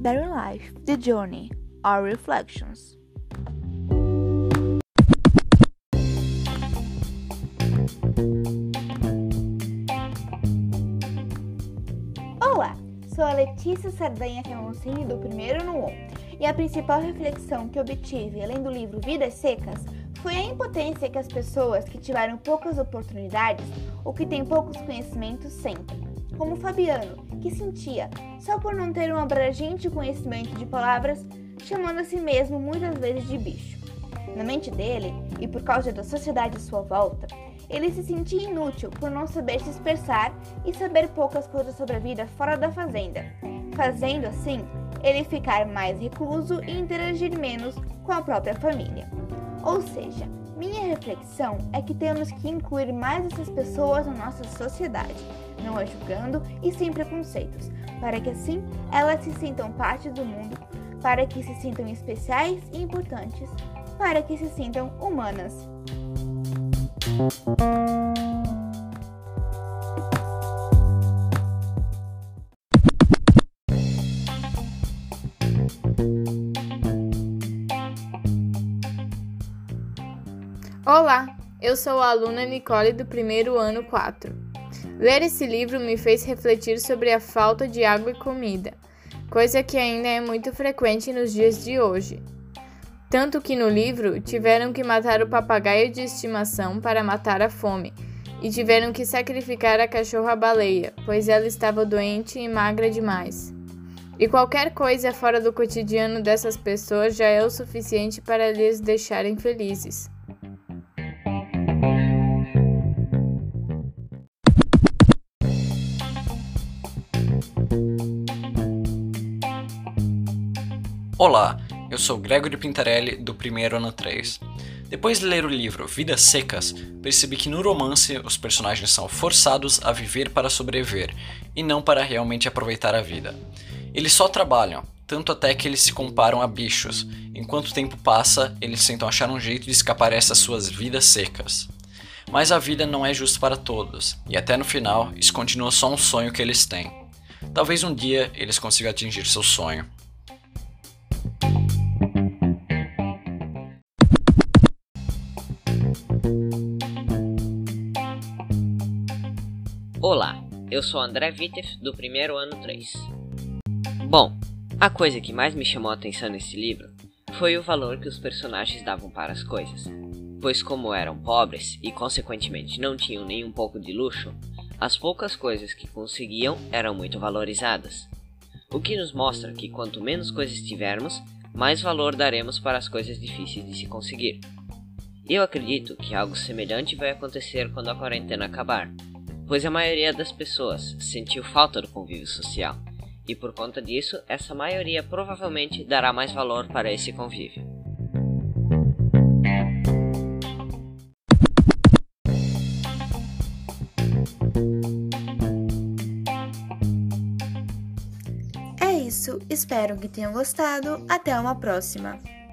Daring Life, The Journey, Our Reflections. Olá, sou a Letícia Sardanha Camoncini do primeiro ano 1 e a principal reflexão que obtive além do livro Vidas Secas foi a impotência que as pessoas que tiveram poucas oportunidades ou que têm poucos conhecimentos sentem, como Fabiano, que sentia, só por não ter um abrangente conhecimento de palavras, chamando a si mesmo muitas vezes de bicho. Na mente dele, e por causa da sociedade à sua volta, ele se sentia inútil por não saber se expressar e saber poucas coisas sobre a vida fora da fazenda, fazendo assim ele ficar mais recluso e interagir menos com a própria família. Ou seja, minha reflexão é que temos que incluir mais essas pessoas na nossa sociedade, não as julgando e sem preconceitos, para que assim elas se sintam parte do mundo, para que se sintam especiais e importantes, para que se sintam humanas. Olá, eu sou a aluna Nicole do primeiro ano 4. Ler esse livro me fez refletir sobre a falta de água e comida, coisa que ainda é muito frequente nos dias de hoje. Tanto que no livro tiveram que matar o papagaio de estimação para matar a fome, e tiveram que sacrificar a cachorra-baleia, pois ela estava doente e magra demais. E qualquer coisa fora do cotidiano dessas pessoas já é o suficiente para lhes deixarem felizes. Olá, eu sou Gregory Pintarelli, do primeiro ano 3. Depois de ler o livro Vidas Secas, percebi que no romance os personagens são forçados a viver para sobreviver e não para realmente aproveitar a vida. Eles só trabalham, tanto até que eles se comparam a bichos. Enquanto o tempo passa, eles tentam achar um jeito de escapar a essas suas vidas secas. Mas a vida não é justa para todos, e até no final, isso continua só um sonho que eles têm. Talvez um dia eles consigam atingir seu sonho. Olá, eu sou André Vitef, do primeiro ano 3. Bom, a coisa que mais me chamou a atenção nesse livro foi o valor que os personagens davam para as coisas, pois como eram pobres e consequentemente não tinham nem um pouco de luxo, as poucas coisas que conseguiam eram muito valorizadas. O que nos mostra que quanto menos coisas tivermos, mais valor daremos para as coisas difíceis de se conseguir. Eu acredito que algo semelhante vai acontecer quando a quarentena acabar, pois a maioria das pessoas sentiu falta do convívio social, e por conta disso, essa maioria provavelmente dará mais valor para esse convívio. É isso, espero que tenham gostado. Até uma próxima!